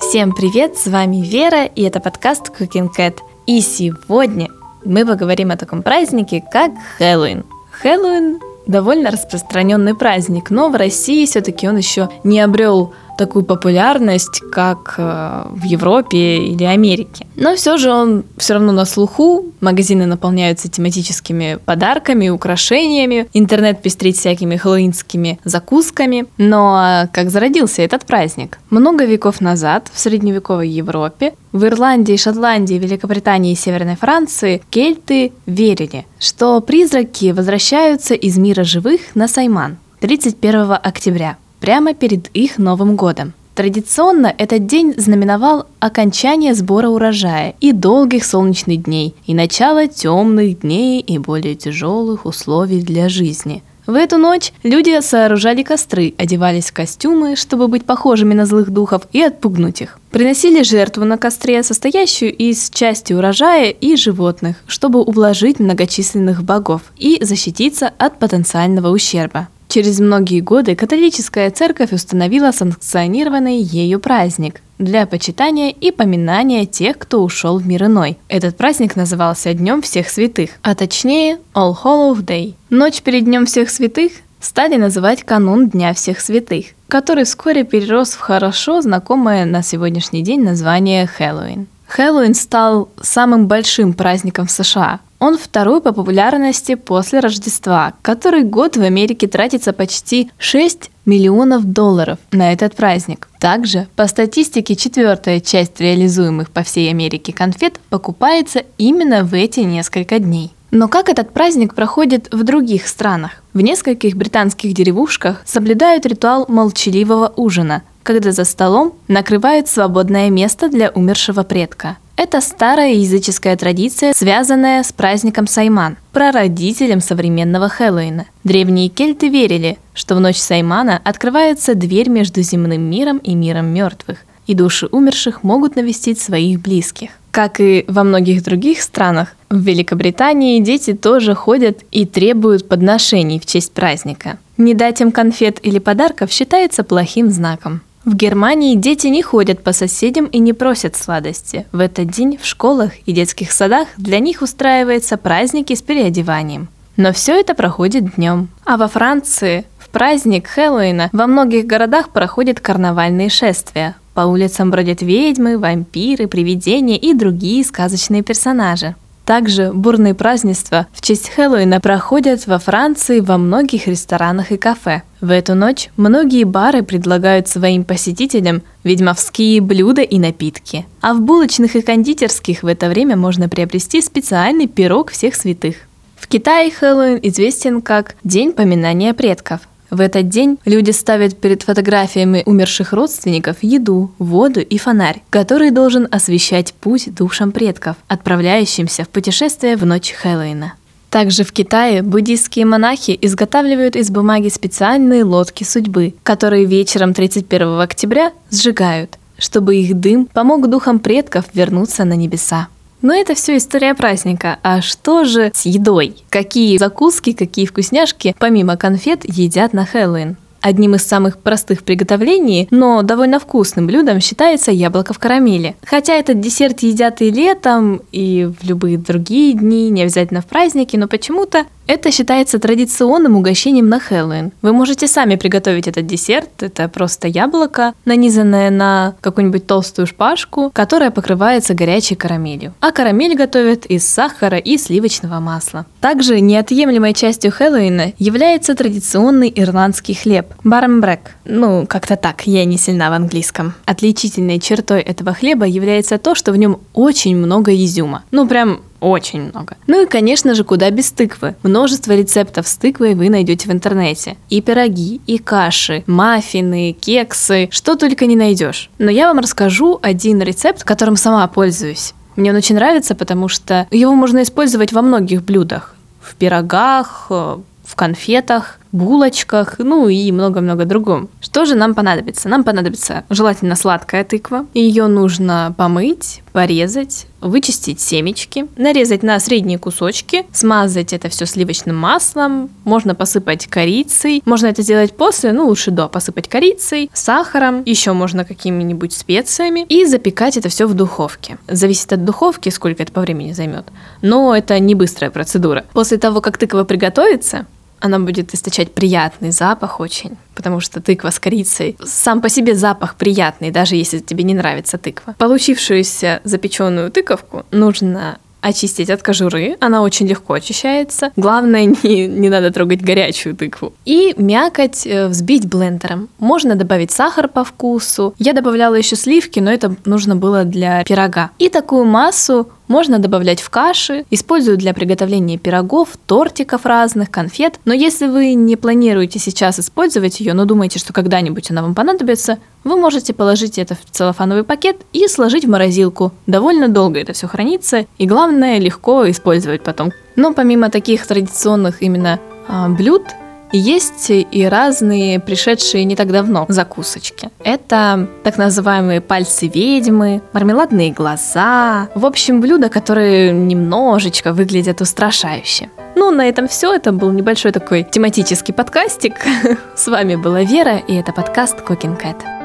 Всем привет, с вами Вера, и это подкаст Cooking Cat. И сегодня мы поговорим о таком празднике, как Хэллоуин. Хэллоуин довольно распространенный праздник, но в России все-таки он еще не обрел такую популярность, как в Европе или Америке. Но все же он все равно на слуху, магазины наполняются тематическими подарками, украшениями, интернет пестрит всякими хэллоуинскими закусками. Но как зародился этот праздник? Много веков назад, в средневековой Европе, в Ирландии, Шотландии, Великобритании и Северной Франции кельты верили, что призраки возвращаются из мира живых на Сайман 31 октября. Прямо перед их Новым годом. Традиционно этот день знаменовал окончание сбора урожая и долгих солнечных дней, и начало темных дней и более тяжелых условий для жизни. В эту ночь люди сооружали костры, одевались в костюмы, чтобы быть похожими на злых духов и отпугнуть их. Приносили жертву на костре, состоящую из части урожая и животных, чтобы ублажить многочисленных богов и защититься от потенциального ущерба. Через многие годы католическая церковь установила санкционированный ею праздник для почитания и поминания тех, кто ушел в мир иной. Этот праздник назывался Днем всех святых, а точнее All Hallows Day. Ночь перед Днем всех святых стали называть канун Дня всех святых, который вскоре перерос в хорошо знакомое на сегодняшний день название Хэллоуин. Хэллоуин стал самым большим праздником в США. Он второй по популярности после Рождества, который год в Америке тратится почти $6 миллионов на этот праздник. Также, по статистике, 4-я часть реализуемых по всей Америке конфет покупается именно в эти несколько дней. Но как этот праздник проходит в других странах? В нескольких британских деревушках соблюдают ритуал молчаливого ужина, когда за столом накрывают свободное место для умершего предка. Это старая языческая традиция, связанная с праздником Сайман, прародителем современного Хэллоуина. Древние кельты верили, что в ночь Саймана открывается дверь между земным миром и миром мертвых, и души умерших могут навестить своих близких. Как и во многих других странах, в Великобритании дети тоже ходят и требуют подношений в честь праздника. Не дать им конфет или подарков считается плохим знаком. В Германии дети не ходят по соседям и не просят сладости. В этот день в школах и детских садах для них устраиваются праздники с переодеванием. Но все это проходит днем. А во Франции в праздник Хэллоуина во многих городах проходят карнавальные шествия. По улицам бродят ведьмы, вампиры, привидения и другие сказочные персонажи. Также бурные празднества в честь Хэллоуина проходят во Франции во многих ресторанах и кафе. В эту ночь многие бары предлагают своим посетителям ведьмовские блюда и напитки. А в булочных и кондитерских в это время можно приобрести специальный пирог всех святых. В Китае Хэллоуин известен как День поминания предков. В этот день люди ставят перед фотографиями умерших родственников еду, воду и фонарь, который должен освещать путь душам предков, отправляющимся в путешествие в ночь Хэллоуина. Также в Китае буддийские монахи изготавливают из бумаги специальные лодки судьбы, которые вечером 31 октября сжигают, чтобы их дым помог духам предков вернуться на небеса. Но это все история праздника. А что же с едой? Какие закуски, какие вкусняшки помимо конфет едят на Хэллоуин? Одним из самых простых приготовлений, но довольно вкусным блюдом считается яблоко в карамели. Хотя этот десерт едят и летом, и в любые другие дни, не обязательно в праздники, но почему-то это считается традиционным угощением на Хэллоуин. Вы можете сами приготовить этот десерт. Это просто яблоко, нанизанное на какую-нибудь толстую шпажку, которая покрывается горячей карамелью. А карамель готовят из сахара и сливочного масла. Также неотъемлемой частью Хэллоуина является традиционный ирландский хлеб – барнбрек. Как-то так, я не сильна в английском. Отличительной чертой этого хлеба является то, что в нем очень много изюма. Прям очень много. И, конечно же, куда без тыквы. Множество рецептов с тыквой вы найдете в интернете. И пироги, и каши, маффины, кексы, что только не найдешь. Но я вам расскажу один рецепт, которым сама пользуюсь. Мне он очень нравится, потому что его можно использовать во многих блюдах. В пирогах, в конфетах. булочках, ну и много-много другом. Что же нам понадобится? Нам понадобится желательно сладкая тыква. Ее нужно помыть, порезать, вычистить семечки, нарезать на средние кусочки, смазать это все сливочным маслом, можно посыпать корицей, можно это сделать после, лучше до, посыпать корицей, сахаром, еще можно какими-нибудь специями и запекать это все в духовке. Зависит от духовки, сколько это по времени займет, но это не быстрая процедура. После того, как тыква приготовится, она будет источать приятный запах очень, потому что тыква с корицей сам по себе запах приятный, даже если тебе не нравится тыква. Получившуюся запеченную тыковку нужно очистить от кожуры, она очень легко очищается. Главное, не надо трогать горячую тыкву. И мякоть взбить блендером. Можно добавить сахар по вкусу. Я добавляла еще сливки, но это нужно было для пирога. И такую массу можно добавлять в каши, использую для приготовления пирогов, тортиков разных, конфет. Но если вы не планируете сейчас использовать ее, но думаете, что когда-нибудь она вам понадобится, вы можете положить это в целлофановый пакет и сложить в морозилку. Довольно долго это все хранится, и главное, легко использовать потом. Но помимо таких традиционных именно блюд, есть и разные, пришедшие не так давно, закусочки. Это так называемые пальцы ведьмы, мармеладные глаза. В общем, блюда, которые немножечко выглядят устрашающе. На этом все. Это был небольшой такой тематический подкастик. С вами была Вера, и это подкаст Cooking Cat.